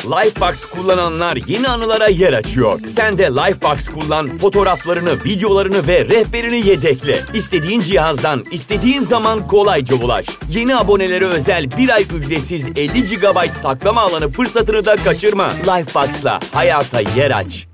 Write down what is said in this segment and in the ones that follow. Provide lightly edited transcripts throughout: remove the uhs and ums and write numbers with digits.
Lifebox kullananlar yeni anılara yer açıyor. Sen de Lifebox kullan, fotoğraflarını, videolarını ve rehberini yedekle. İstediğin cihazdan, istediğin zaman kolayca ulaş. Yeni abonelere özel 1 ay ücretsiz 50 GB saklama alanı fırsatını da kaçırma. Lifebox'la hayata yer aç.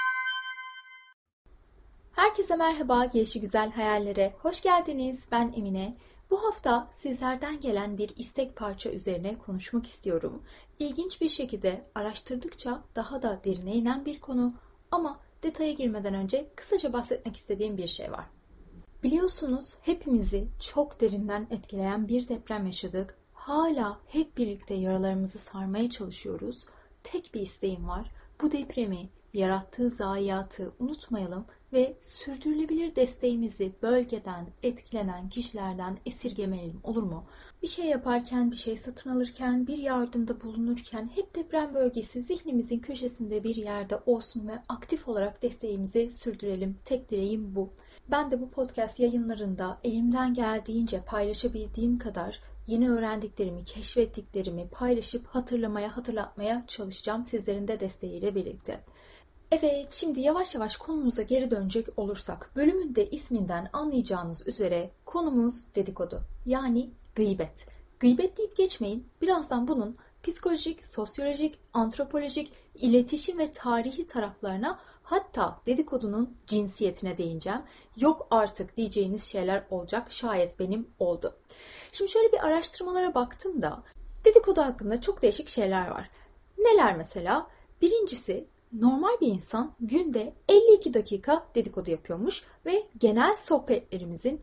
Herkese merhaba, gelişigüzel hayallere hoş geldiniz. Ben Emine. Bu hafta sizlerden gelen bir istek parça üzerine konuşmak istiyorum. İlginç bir şekilde araştırdıkça daha da derine inen bir konu ama detaya girmeden önce kısaca bahsetmek istediğim bir şey var. Biliyorsunuz hepimizi çok derinden etkileyen bir deprem yaşadık. Hala hep birlikte yaralarımızı sarmaya çalışıyoruz. Tek bir isteğim var. Bu depremi, yarattığı zayiatı unutmayalım ve sürdürülebilir desteğimizi bölgeden, etkilenen kişilerden esirgemeyelim, olur mu? Bir şey yaparken, bir şey satın alırken, bir yardımda bulunurken hep deprem bölgesi zihnimizin köşesinde bir yerde olsun ve aktif olarak desteğimizi sürdürelim. Tek dileğim bu. Ben de bu podcast yayınlarında elimden geldiğince paylaşabildiğim kadar yeni öğrendiklerimi, keşfettiklerimi paylaşıp hatırlatmaya çalışacağım sizlerin de desteğiyle birlikte. Evet, şimdi yavaş yavaş konumuza geri dönecek olursak, bölümün de isminden anlayacağınız üzere konumuz dedikodu, yani gıybet. Gıybet deyip geçmeyin, birazdan bunun psikolojik, sosyolojik, antropolojik, iletişim ve tarihi taraflarına, hatta dedikodunun cinsiyetine değineceğim. Yok artık diyeceğiniz şeyler olacak, şayet benim oldu. Şimdi şöyle bir araştırmalara baktım da dedikodu hakkında çok değişik şeyler var. Neler mesela? Birincisi, normal bir insan günde 52 dakika dedikodu yapıyormuş ve genel sohbetlerimizin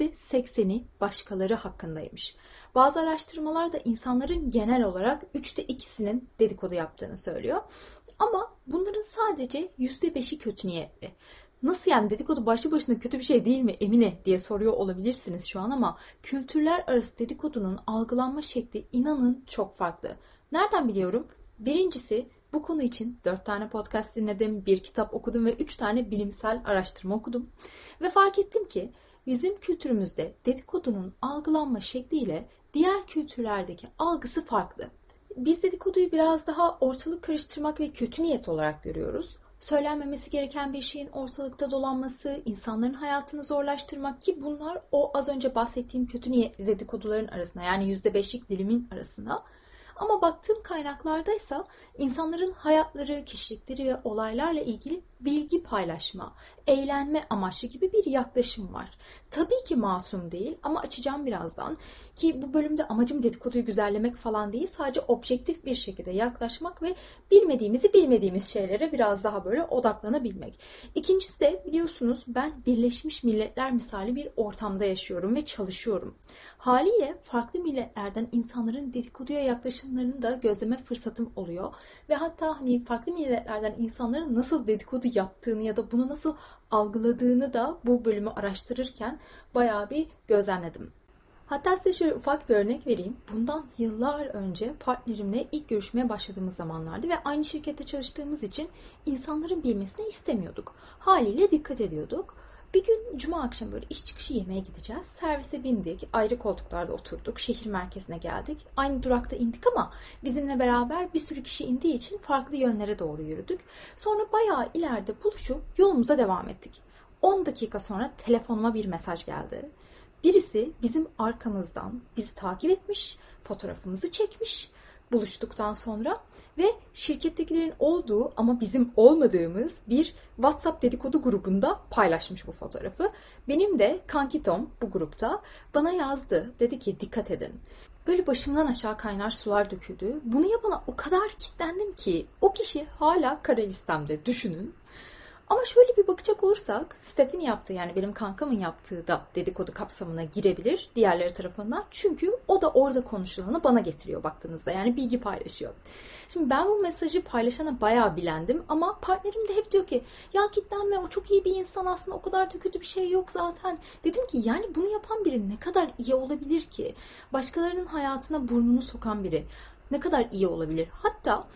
%80'i başkaları hakkındaymış. Bazı araştırmalar da insanların genel olarak 3'te 2'sinin dedikodu yaptığını söylüyor. Ama bunların sadece %5'i kötü niyetli. Nasıl yani, dedikodu başlı başına kötü bir şey değil mi Emine diye soruyor olabilirsiniz şu an, ama kültürler arası dedikodunun algılanma şekli inanın çok farklı. Nereden biliyorum? Birincisi, bu konu için 4 tane podcast dinledim, 1 kitap okudum ve 3 tane bilimsel araştırma okudum. Ve fark ettim ki bizim kültürümüzde dedikodunun algılanma şekliyle diğer kültürlerdeki algısı farklı. Biz dedikoduyu biraz daha ortalık karıştırmak ve kötü niyet olarak görüyoruz. Söylenmemesi gereken bir şeyin ortalıkta dolanması, insanların hayatını zorlaştırmak, ki bunlar o az önce bahsettiğim kötü niyetli dedikoduların arasında, yani %5'lik dilimin arasında. Ama baktığım kaynaklardaysa insanların hayatları, kişilikleri ve olaylarla ilgili bilgi paylaşma, eğlenme amaçlı gibi bir yaklaşım var. Tabii ki masum değil ama açacağım birazdan, ki bu bölümde amacım dedikoduyu güzellemek falan değil, sadece objektif bir şekilde yaklaşmak ve bilmediğimiz şeylere biraz daha böyle odaklanabilmek. İkincisi de biliyorsunuz ben Birleşmiş Milletler misali bir ortamda yaşıyorum ve çalışıyorum. Haliyle farklı milletlerden insanların dedikoduya yaklaşımlarını da gözleme fırsatım oluyor ve hatta farklı milletlerden insanların nasıl dedikodu yaptığını ya da bunu nasıl algıladığını da bu bölümü araştırırken bayağı bir gözlemledim. Hatta size şöyle ufak bir örnek vereyim. Bundan yıllar önce partnerimle ilk görüşmeye başladığımız zamanlardı ve aynı şirkette çalıştığımız için insanların bilmesini istemiyorduk. Haliyle dikkat ediyorduk. Bir gün cuma akşamı böyle iş çıkışı yemeğe gideceğiz. Servise bindik, ayrı koltuklarda oturduk, şehir merkezine geldik. Aynı durakta indik ama bizimle beraber bir sürü kişi indiği için farklı yönlere doğru yürüdük. Sonra bayağı ileride buluşup yolumuza devam ettik. 10 dakika sonra telefonuma bir mesaj geldi. Birisi bizim arkamızdan bizi takip etmiş, fotoğrafımızı çekmiş buluştuktan sonra ve şirkettekilerin olduğu ama bizim olmadığımız bir WhatsApp dedikodu grubunda paylaşmış bu fotoğrafı. Benim de kankitom bu grupta bana yazdı. Dedi ki dikkat edin. Böyle başımdan aşağı kaynar sular döküldü. Bunu yapana o kadar kilitlendim ki o kişi hala kara listemde, düşünün. Ama şöyle bir bakacak olursak Stef'in yaptığı, yani benim kankamın yaptığı da dedikodu kapsamına girebilir diğerleri tarafından. Çünkü o da orada konuşulanı bana getiriyor baktığınızda, yani bilgi paylaşıyor. Şimdi ben bu mesajı paylaşana bayağı bilendim ama partnerim de hep diyor ki ya kitlenme, o çok iyi bir insan aslında, o kadar da kötü bir şey yok zaten. Dedim ki yani bunu yapan biri ne kadar iyi olabilir ki? Başkalarının hayatına burnunu sokan biri ne kadar iyi olabilir? Hatta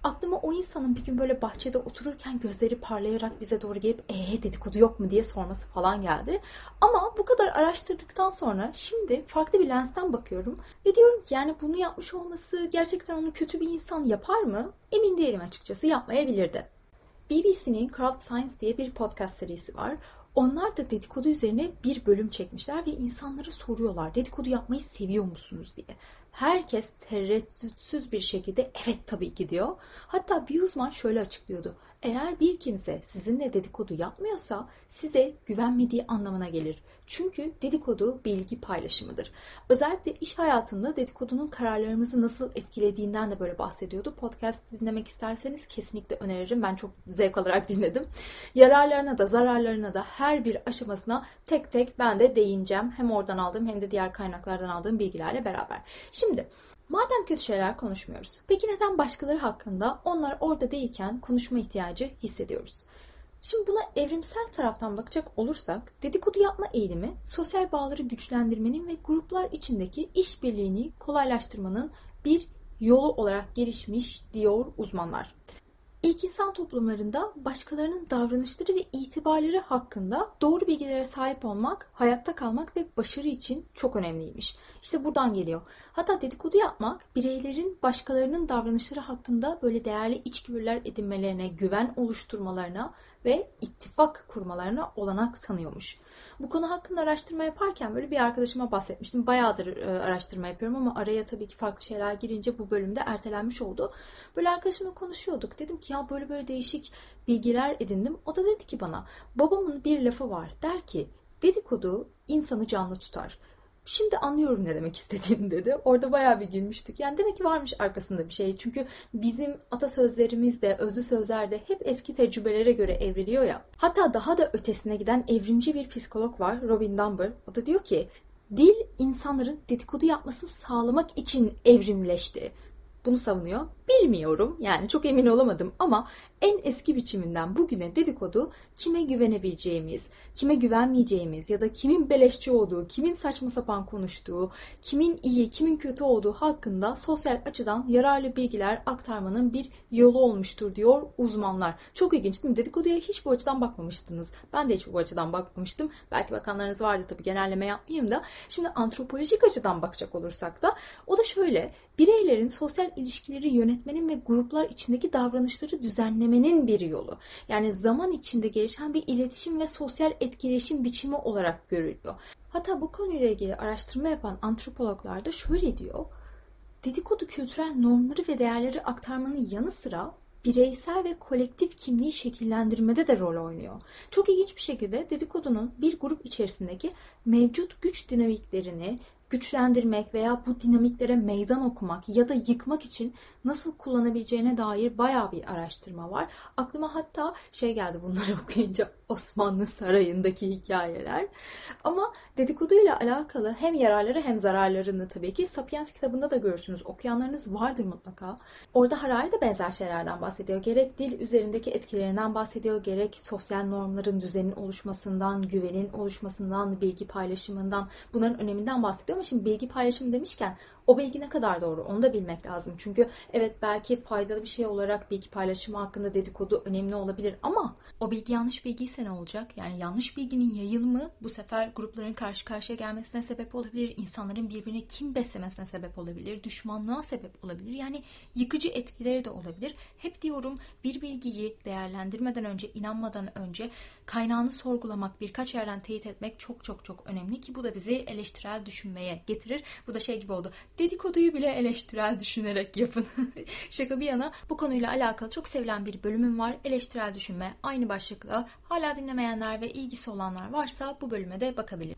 Aklıma o insanın bir gün böyle bahçede otururken gözleri parlayarak bize doğru gelip dedikodu yok mu diye sorması falan geldi. Ama bu kadar araştırdıktan sonra şimdi farklı bir lensten bakıyorum ve diyorum ki yani bunu yapmış olması gerçekten onu kötü bir insan yapar mı? Emin değilim açıkçası, yapmayabilirdi. BBC'nin Crowd Science diye bir podcast serisi var. Onlar da dedikodu üzerine bir bölüm çekmişler ve insanlara soruyorlar dedikodu yapmayı seviyor musunuz diye. Herkes tereddütsüz bir şekilde evet tabii ki diyor. Hatta bir uzman şöyle açıklıyordu. Eğer bir kimse sizinle dedikodu yapmıyorsa size güvenmediği anlamına gelir. Çünkü dedikodu bilgi paylaşımıdır. Özellikle iş hayatında dedikodunun kararlarımızı nasıl etkilediğinden de böyle bahsediyordu. Podcast dinlemek isterseniz kesinlikle öneririm. Ben çok zevk alarak dinledim. Yararlarına da zararlarına da her bir aşamasına tek tek ben de değineceğim. Hem oradan aldığım hem de diğer kaynaklardan aldığım bilgilerle beraber. Şimdi madem kötü şeyler konuşmuyoruz, peki neden başkaları hakkında onlar orada değilken konuşma ihtiyacı hissediyoruz? Şimdi buna evrimsel taraftan bakacak olursak, dedikodu yapma eğilimi, sosyal bağları güçlendirmenin ve gruplar içindeki işbirliğini kolaylaştırmanın bir yolu olarak gelişmiş diyor uzmanlar. İlk insan toplumlarında başkalarının davranışları ve itibarları hakkında doğru bilgilere sahip olmak, hayatta kalmak ve başarı için çok önemliymiş. İşte buradan geliyor. Hatta dedikodu yapmak, bireylerin başkalarının davranışları hakkında böyle değerli içgörüler edinmelerine, güven oluşturmalarına ve ittifak kurmalarına olanak tanıyormuş. Bu konu hakkında araştırma yaparken böyle bir arkadaşıma bahsetmiştim. Bayağıdır araştırma yapıyorum ama araya tabii ki farklı şeyler girince bu bölümde ertelenmiş oldu. Böyle arkadaşımla konuşuyorduk. Dedim ki ya böyle değişik bilgiler edindim. O da dedi ki bana, babamın bir lafı var. Der ki dedikodu insanı canlı tutar. Şimdi anlıyorum ne demek istediğini dedi. Orada bayağı bir gülmüştük. Yani demek ki varmış arkasında bir şey. Çünkü bizim atasözlerimiz de, özlü sözler de hep eski tecrübelere göre evriliyor ya. Hatta daha da ötesine giden evrimci bir psikolog var, Robin Dunbar. O da diyor ki, dil insanların dedikodu yapmasını sağlamak için evrimleşti. Bunu savunuyor. Bilmiyorum, yani çok emin olamadım ama en eski biçiminden bugüne dedikodu kime güvenebileceğimiz, kime güvenmeyeceğimiz ya da kimin beleşçi olduğu, kimin saçma sapan konuştuğu, kimin iyi, kimin kötü olduğu hakkında sosyal açıdan yararlı bilgiler aktarmanın bir yolu olmuştur diyor uzmanlar. Çok ilginç değil mi? Dedikoduya hiç bu açıdan bakmamıştınız. Ben de hiç bu açıdan bakmamıştım. Belki bakanlarınız vardı, tabii genelleme yapmayayım da. Şimdi antropolojik açıdan bakacak olursak da o da şöyle: bireylerin sosyal ilişkileri yönetmenin ve gruplar içindeki davranışları düzenlemenin bir yolu. Yani zaman içinde gelişen bir iletişim ve sosyal etkileşim biçimi olarak görülüyor. Hatta bu konuyla ilgili araştırma yapan antropologlar da şöyle diyor: dedikodu kültürel normları ve değerleri aktarmanın yanı sıra bireysel ve kolektif kimliği şekillendirmede de rol oynuyor. Çok ilginç bir şekilde dedikodunun bir grup içerisindeki mevcut güç dinamiklerini güçlendirmek veya bu dinamiklere meydan okumak ya da yıkmak için nasıl kullanabileceğine dair bayağı bir araştırma var. Aklıma hatta geldi bunları okuyunca, Osmanlı Sarayı'ndaki hikayeler. Ama dedikoduyla alakalı hem yararları hem zararlarını tabii ki Sapiens kitabında da görürsünüz. Okuyanlarınız vardır mutlaka. Orada Harari de benzer şeylerden bahsediyor. Gerek dil üzerindeki etkilerinden bahsediyor, gerek sosyal normların, düzenin oluşmasından, güvenin oluşmasından, bilgi paylaşımından, bunların öneminden bahsediyor. Ama şimdi bilgi paylaşımı demişken o bilgi ne kadar doğru onu da bilmek lazım. Çünkü evet, belki faydalı bir şey olarak bilgi paylaşımı hakkında dedikodu önemli olabilir ama o bilgi yanlış bilgiyse ne olacak? Yani yanlış bilginin yayılımı bu sefer grupların karşı karşıya gelmesine sebep olabilir. İnsanların birbirine kin beslemesine sebep olabilir. Düşmanlığa sebep olabilir. Yani yıkıcı etkileri de olabilir. Hep diyorum, bir bilgiyi değerlendirmeden önce, inanmadan önce kaynağını sorgulamak, birkaç yerden teyit etmek çok çok çok önemli ki bu da bizi eleştirel düşünmeye getirir. Bu da gibi oldu. Dedikoduyu bile eleştirel düşünerek yapın. Şaka bir yana, bu konuyla alakalı çok sevilen bir bölümüm var. Eleştirel düşünme, aynı başlıkla. Hala dinlemeyenler ve ilgisi olanlar varsa bu bölüme de bakabilir.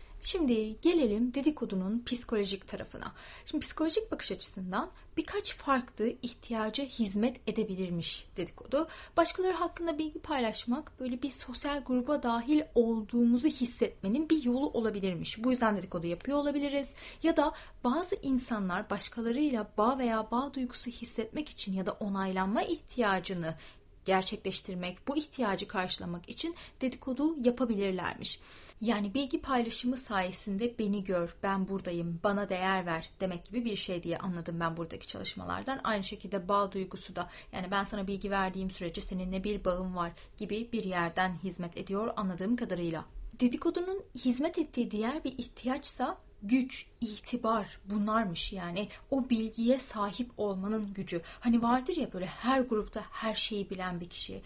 Şimdi gelelim dedikodunun psikolojik tarafına. Şimdi psikolojik bakış açısından birkaç farklı ihtiyaca hizmet edebilirmiş dedikodu. Başkaları hakkında bilgi paylaşmak, böyle bir sosyal gruba dahil olduğumuzu hissetmenin bir yolu olabilirmiş. Bu yüzden dedikodu yapıyor olabiliriz. Ya da bazı insanlar başkalarıyla bağ veya bağ duygusu hissetmek için ya da onaylanma ihtiyacını gerçekleştirmek, bu ihtiyacı karşılamak için dedikodu yapabilirlermiş. Yani bilgi paylaşımı sayesinde beni gör, ben buradayım, bana değer ver demek gibi bir şey diye anladım ben buradaki çalışmalardan. Aynı şekilde bağ duygusu da, yani ben sana bilgi verdiğim sürece seninle bir bağım var gibi bir yerden hizmet ediyor anladığım kadarıyla. Dedikodunun hizmet ettiği diğer bir ihtiyaçsa güç, itibar bunlarmış. Yani o bilgiye sahip olmanın gücü. Hani vardır ya böyle her grupta her şeyi bilen bir kişi.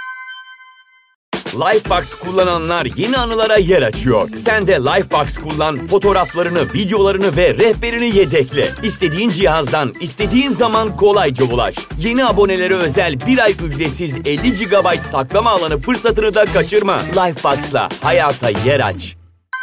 Lifebox kullananlar yeni anılara yer açıyor. Sen de Lifebox kullan, fotoğraflarını, videolarını ve rehberini yedekle. İstediğin cihazdan, istediğin zaman kolayca ulaş. Yeni abonelere özel 1 ay ücretsiz 50 GB saklama alanı fırsatını da kaçırma. Lifebox'la hayata yer aç.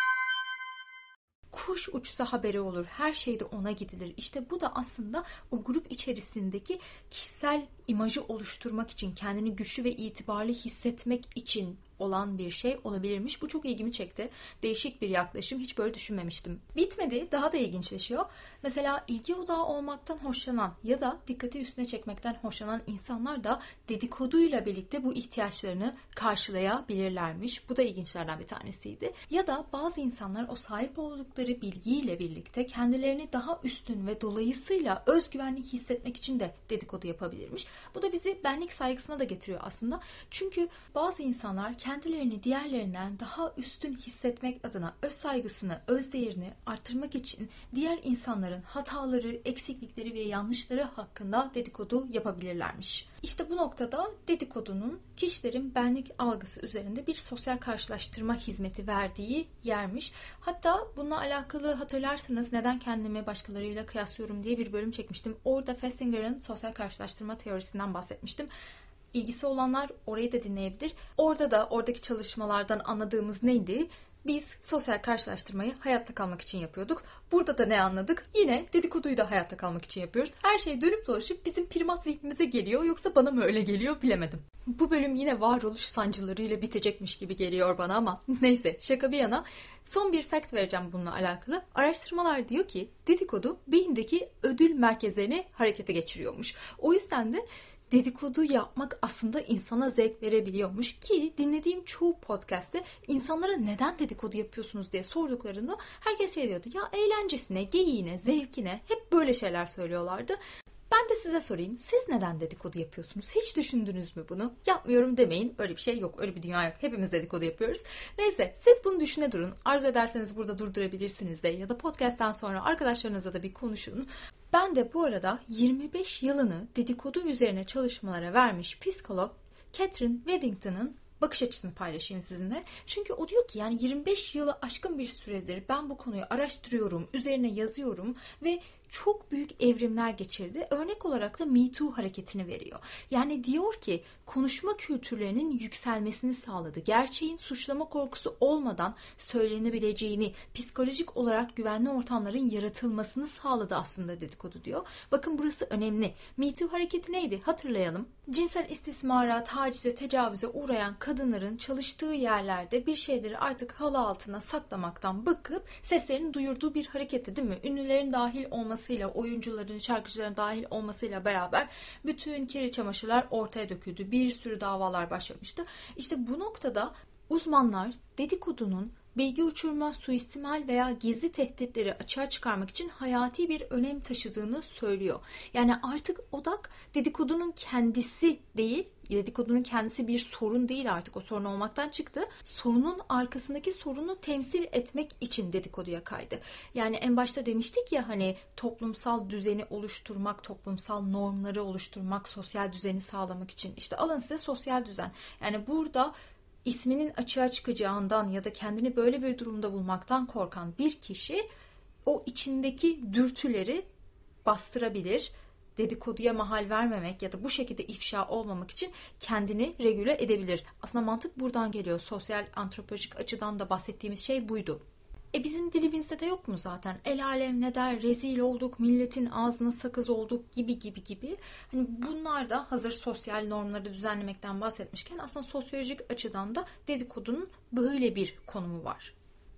Kuş uçsa haberi olur. Her şeyde ona gidilir. İşte bu da aslında o grup içerisindeki kişisel imajı oluşturmak için, kendini güçlü ve itibarlı hissetmek için olan bir şey olabilirmiş. Bu çok ilgimi çekti. Değişik bir yaklaşım. Hiç böyle düşünmemiştim. Bitmedi. Daha da ilginçleşiyor. Mesela ilgi odağı olmaktan hoşlanan ya da dikkati üstüne çekmekten hoşlanan insanlar da dedikoduyla birlikte bu ihtiyaçlarını karşılayabilirlermiş. Bu da ilginçlerden bir tanesiydi. Ya da bazı insanlar o sahip oldukları bilgiyle birlikte kendilerini daha üstün ve dolayısıyla özgüvenli hissetmek için de dedikodu yapabilirmiş. Bu da bizi benlik saygısına da getiriyor aslında. Çünkü bazı insanlar kendilerini diğerlerinden daha üstün hissetmek adına öz saygısını, öz değerini arttırmak için diğer insanların hataları, eksiklikleri ve yanlışları hakkında dedikodu yapabilirlermiş. İşte bu noktada dedikodunun kişilerin benlik algısı üzerinde bir sosyal karşılaştırma hizmeti verdiği yermiş. Hatta bununla alakalı hatırlarsanız neden kendimi başkalarıyla kıyaslıyorum diye bir bölüm çekmiştim. Orada Festinger'ın sosyal karşılaştırma teorisinden bahsetmiştim. İlgisi olanlar orayı da dinleyebilir. Orada da oradaki çalışmalardan anladığımız neydi? Biz sosyal karşılaştırmayı hayatta kalmak için yapıyorduk. Burada da ne anladık? Yine dedikoduyu da hayatta kalmak için yapıyoruz. Her şey dönüp dolaşıp bizim primat zihnimize geliyor. Yoksa bana mı öyle geliyor bilemedim. Bu bölüm yine varoluş sancılarıyla bitecekmiş gibi geliyor bana ama neyse şaka bir yana son bir fact vereceğim bununla alakalı. Araştırmalar diyor ki dedikodu beyindeki ödül merkezlerini harekete geçiriyormuş. O yüzden de dedikodu yapmak aslında insana zevk verebiliyormuş ki dinlediğim çoğu podcast'te insanlara neden dedikodu yapıyorsunuz diye sorduklarında herkes şey diyordu. Ya eğlencesine, geyiğine, zevkine hep böyle şeyler söylüyorlardı. Ben de size sorayım. Siz neden dedikodu yapıyorsunuz? Hiç düşündünüz mü bunu? Yapmıyorum demeyin. Öyle bir şey yok. Öyle bir dünya yok. Hepimiz dedikodu yapıyoruz. Neyse siz bunu düşüne durun. Arzu ederseniz burada durdurabilirsiniz de ya da podcast'tan sonra arkadaşlarınızla da bir konuşun. Ben de bu arada 25 yılını dedikodu üzerine çalışmalara vermiş psikolog Catherine Weddington'ın bakış açısını paylaşayım sizinle. Çünkü o diyor ki yani 25 yılı aşkın bir süredir ben bu konuyu araştırıyorum, üzerine yazıyorum ve çok büyük evrimler geçirdi. Örnek olarak da Me Too hareketini veriyor. Yani diyor ki konuşma kültürlerinin yükselmesini sağladı. Gerçeğin suçlama korkusu olmadan söylenebileceğini, psikolojik olarak güvenli ortamların yaratılmasını sağladı aslında dedikodu diyor. Bakın burası önemli. Me Too hareketi neydi? Hatırlayalım. Cinsel istismara, tacize, tecavüze uğrayan kadınların çalıştığı yerlerde bir şeyleri artık halı altına saklamaktan bıkıp seslerini duyurduğu bir hareketti değil mi? Ünlülerin dahil olmasıyla, oyuncuların, şarkıcıların dahil olmasıyla beraber bütün kirli çamaşırlar ortaya döküldü. Bir sürü davalar başlamıştı. İşte bu noktada uzmanlar dedikodunun bilgi uçurma, suistimal veya gizli tehditleri açığa çıkarmak için hayati bir önem taşıdığını söylüyor. Yani artık odak dedikodunun kendisi değil, dedikodunun kendisi bir sorun değil artık o sorun olmaktan çıktı. Sorunun arkasındaki sorunu temsil etmek için dedikoduya kaydı. Yani en başta demiştik ya hani toplumsal düzeni oluşturmak, toplumsal normları oluşturmak, sosyal düzeni sağlamak için. İşte alın size sosyal düzen. Yani burada isminin açığa çıkacağından ya da kendini böyle bir durumda bulmaktan korkan bir kişi o içindeki dürtüleri bastırabilir. Dedikoduya mahal vermemek ya da bu şekilde ifşa olmamak için kendini regüle edebilir. Aslında mantık buradan geliyor. Sosyal antropolojik açıdan da bahsettiğimiz şey buydu. Bizim dilimizde de yok mu zaten? El alem ne der, rezil olduk, milletin ağzına sakız olduk gibi. Hani bunlar da hazır sosyal normları düzenlemekten bahsetmişken aslında sosyolojik açıdan da dedikodunun böyle bir konumu var.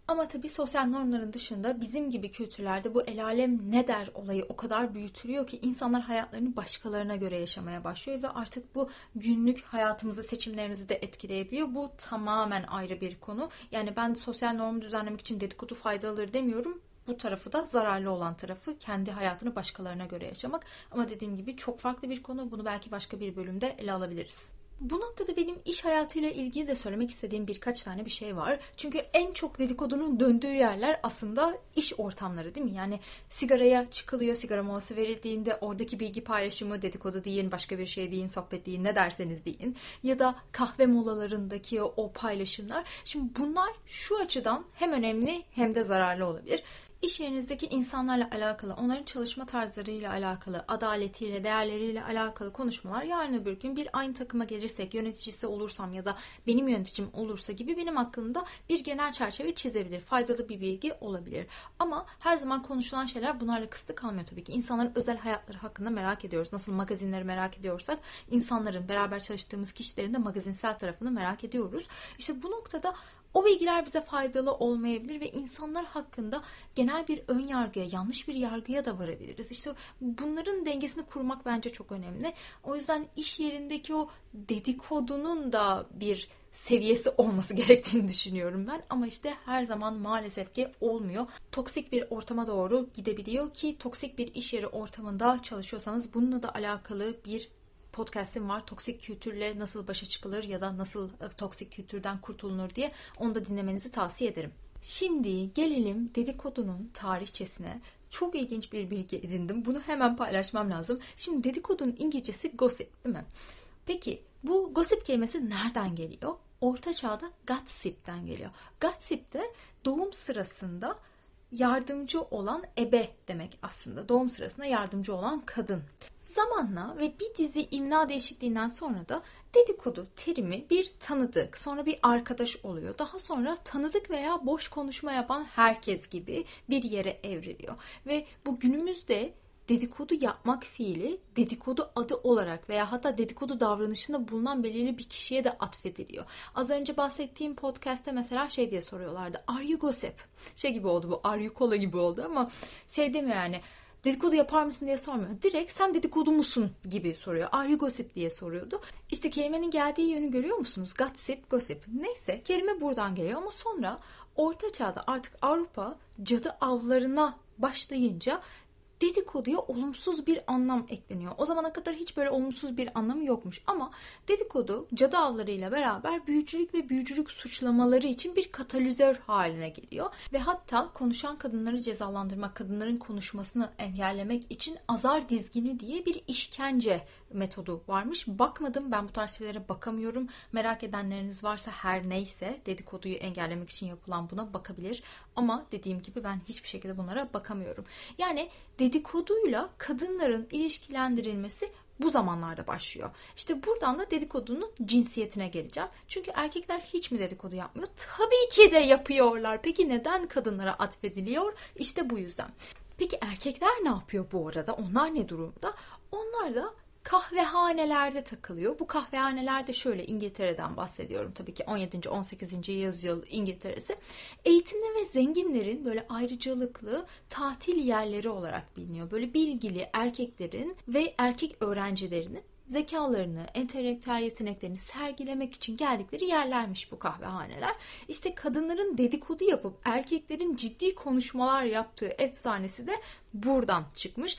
Ama tabii sosyal normların dışında bizim gibi kültürlerde bu el alem ne der olayı o kadar büyütülüyor ki insanlar hayatlarını başkalarına göre yaşamaya başlıyor ve artık bu günlük hayatımızı, seçimlerimizi de etkileyebiliyor. Bu tamamen ayrı bir konu. Yani ben sosyal normu düzenlemek için dedikodu faydalıdır demiyorum. Bu tarafı da zararlı olan tarafı kendi hayatını başkalarına göre yaşamak. Ama dediğim gibi çok farklı bir konu. Bunu belki başka bir bölümde ele alabiliriz. Bu noktada benim iş hayatıyla ilgili de söylemek istediğim birkaç tane bir şey var. Çünkü en çok dedikodunun döndüğü yerler aslında iş ortamları, değil mi? Yani sigaraya çıkılıyor, sigara molası verildiğinde oradaki bilgi paylaşımı, dedikodu deyin, başka bir şey deyin, sohbet deyin, ne derseniz deyin. Ya da kahve molalarındaki o paylaşımlar. Şimdi bunlar şu açıdan hem önemli hem de zararlı olabilir. İş yerinizdeki insanlarla alakalı, onların çalışma tarzlarıyla alakalı, adaletiyle, değerleriyle alakalı konuşmalar yarın öbür gün bir aynı takıma gelirsek, yöneticisi olursam ya da benim yöneticim olursa gibi benim hakkımda bir genel çerçeve çizebilir. Faydalı bir bilgi olabilir. Ama her zaman konuşulan şeyler bunlarla kısıtlı kalmıyor tabii ki. İnsanların özel hayatları hakkında merak ediyoruz. Nasıl magazinleri merak ediyorsak, insanların, beraber çalıştığımız kişilerin de magazinsel tarafını merak ediyoruz. İşte bu noktada o bilgiler bize faydalı olmayabilir ve insanlar hakkında genel bir ön yargıya, yanlış bir yargıya da varabiliriz. İşte bunların dengesini kurmak bence çok önemli. O yüzden iş yerindeki o dedikodunun da bir seviyesi olması gerektiğini düşünüyorum ben. Ama işte her zaman maalesef ki olmuyor. Toksik bir ortama doğru gidebiliyor ki toksik bir iş yeri ortamında çalışıyorsanız bununla da alakalı bir podcast'im var. Toksik kültürle nasıl başa çıkılır ya da nasıl toksik kültürden kurtulunur diye, onu da dinlemenizi tavsiye ederim. Şimdi gelelim dedikodunun tarihçesine. Çok ilginç bir bilgi edindim. Bunu hemen paylaşmam lazım. Şimdi dedikodunun İngilizcesi gossip, değil mi? Peki bu gossip kelimesi nereden geliyor? Orta Çağ'da gossip'ten geliyor. Gossip de doğum sırasında yardımcı olan ebe demek aslında. Doğum sırasında yardımcı olan kadın. Zamanla ve bir dizi imla değişikliğinden sonra da dedikodu terimi bir tanıdık, sonra bir arkadaş oluyor. Daha sonra tanıdık veya boş konuşma yapan herkes gibi bir yere evriliyor. Ve bu günümüzde dedikodu yapmak fiili dedikodu adı olarak veya hatta dedikodu davranışında bulunan belirli bir kişiye de atfediliyor. Az önce bahsettiğim podcast'te mesela şey diye soruyorlardı. Are you gossip? Şey gibi oldu bu. Are you cola gibi oldu ama şey demiyor yani. Dedikodu yapar mısın diye sormuyor. Direkt sen dedikodu musun gibi soruyor. Are you gossip diye soruyordu. İşte kelimenin geldiği yönü görüyor musunuz? Gossip, gossip. Neyse kelime buradan geliyor ama sonra Orta Çağ'da artık Avrupa cadı avlarına başlayınca dedikoduya olumsuz bir anlam ekleniyor. O zamana kadar hiç böyle olumsuz bir anlamı yokmuş. Ama dedikodu cadı avlarıyla beraber büyücülük ve büyücülük suçlamaları için bir katalizör haline geliyor. Ve hatta konuşan kadınları cezalandırmak, kadınların konuşmasını engellemek için azar dizgini diye bir işkence metodu varmış. Bakmadım, ben bu tarz şeylere bakamıyorum. Merak edenleriniz varsa her neyse dedikoduyu engellemek için yapılan buna bakabilir. Ama dediğim gibi ben hiçbir şekilde bunlara bakamıyorum. Yani dedikoduyla kadınların ilişkilendirilmesi bu zamanlarda başlıyor. İşte buradan da dedikodunun cinsiyetine geleceğim. Çünkü erkekler hiç mi dedikodu yapmıyor? Tabii ki de yapıyorlar. Peki neden kadınlara atfediliyor? İşte bu yüzden. Peki erkekler ne yapıyor bu arada? Onlar ne durumda? Onlar da kahvehanelerde takılıyor. Bu kahvehanelerde şöyle, İngiltere'den bahsediyorum tabii ki 17. 18. yüzyıl İngiltere'si. Eğitimli ve zenginlerin böyle ayrıcalıklı tatil yerleri olarak biliniyor. Böyle bilgili erkeklerin ve erkek öğrencilerinin zekalarını, entelektüel yeteneklerini sergilemek için geldikleri yerlermiş bu kahvehaneler. İşte kadınların dedikodu yapıp erkeklerin ciddi konuşmalar yaptığı efsanesi de buradan çıkmış.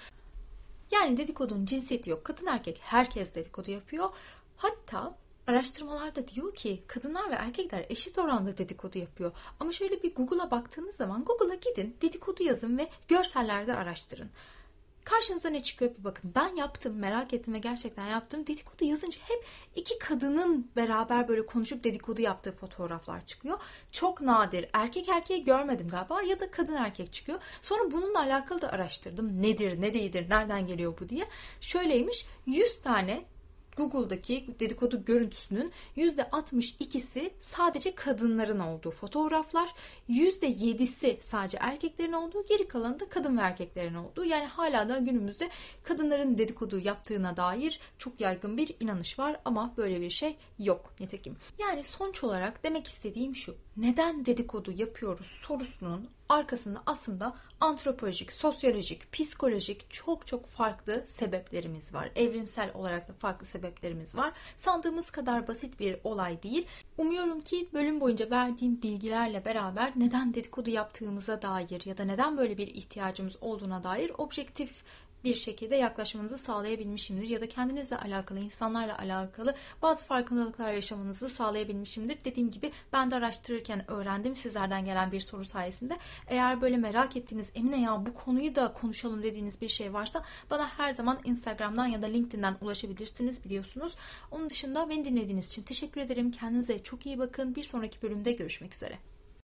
Yani dedikodunun cinsiyeti yok. Kadın erkek herkes dedikodu yapıyor. Hatta araştırmalarda diyor ki kadınlar ve erkekler eşit oranda dedikodu yapıyor. Ama şöyle bir Google'a baktığınız zaman Google'a gidin, dedikodu yazın ve görsellerde araştırın. Karşınıza ne çıkıyor bir bakın. Ben yaptım, merak ettim ve gerçekten yaptım. Dedikodu yazınca hep iki kadının beraber böyle konuşup dedikodu yaptığı fotoğraflar çıkıyor. Çok nadir. Erkek erkeği görmedim galiba ya da kadın erkek çıkıyor. Sonra bununla alakalı da araştırdım. Nedir, ne değildir, nereden geliyor bu diye. Şöyleymiş, 100 tane Google'daki dedikodu görüntüsünün %62'si sadece kadınların olduğu fotoğraflar, %7'si sadece erkeklerin olduğu, geri kalanı da kadın ve erkeklerin olduğu. Yani hala da günümüzde kadınların dedikodu yaptığına dair çok yaygın bir inanış var ama böyle bir şey yok nitekim. Yani sonuç olarak demek istediğim şu: neden dedikodu yapıyoruz sorusunun arkasında aslında antropolojik, sosyolojik, psikolojik çok farklı sebeplerimiz var. Evrimsel olarak da farklı sebeplerimiz var. Sandığımız kadar basit bir olay değil. Umuyorum ki bölüm boyunca verdiğim bilgilerle beraber neden dedikodu yaptığımıza dair ya da neden böyle bir ihtiyacımız olduğuna dair objektif bir şekilde yaklaşmanızı sağlayabilmişimdir ya da kendinizle alakalı, insanlarla alakalı bazı farkındalıklar yaşamanızı sağlayabilmişimdir. Dediğim gibi ben de araştırırken öğrendim sizlerden gelen bir soru sayesinde. Eğer böyle merak ettiğiniz, Emine ya bu konuyu da konuşalım dediğiniz bir şey varsa bana her zaman Instagram'dan ya da LinkedIn'den ulaşabilirsiniz, biliyorsunuz. Onun dışında beni dinlediğiniz için teşekkür ederim. Kendinize çok iyi bakın. Bir sonraki bölümde görüşmek üzere.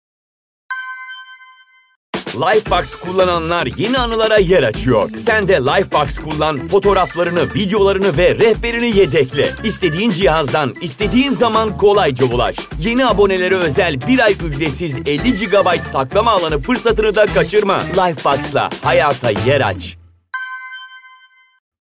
Lifebox kullananlar yeni anılara yer açıyor. Sen de Lifebox kullan, fotoğraflarını, videolarını ve rehberini yedekle. İstediğin cihazdan, istediğin zaman kolayca ulaş. Yeni abonelere özel 1 ay ücretsiz 50 GB saklama alanı fırsatını da kaçırma. Lifebox'la hayata yer aç.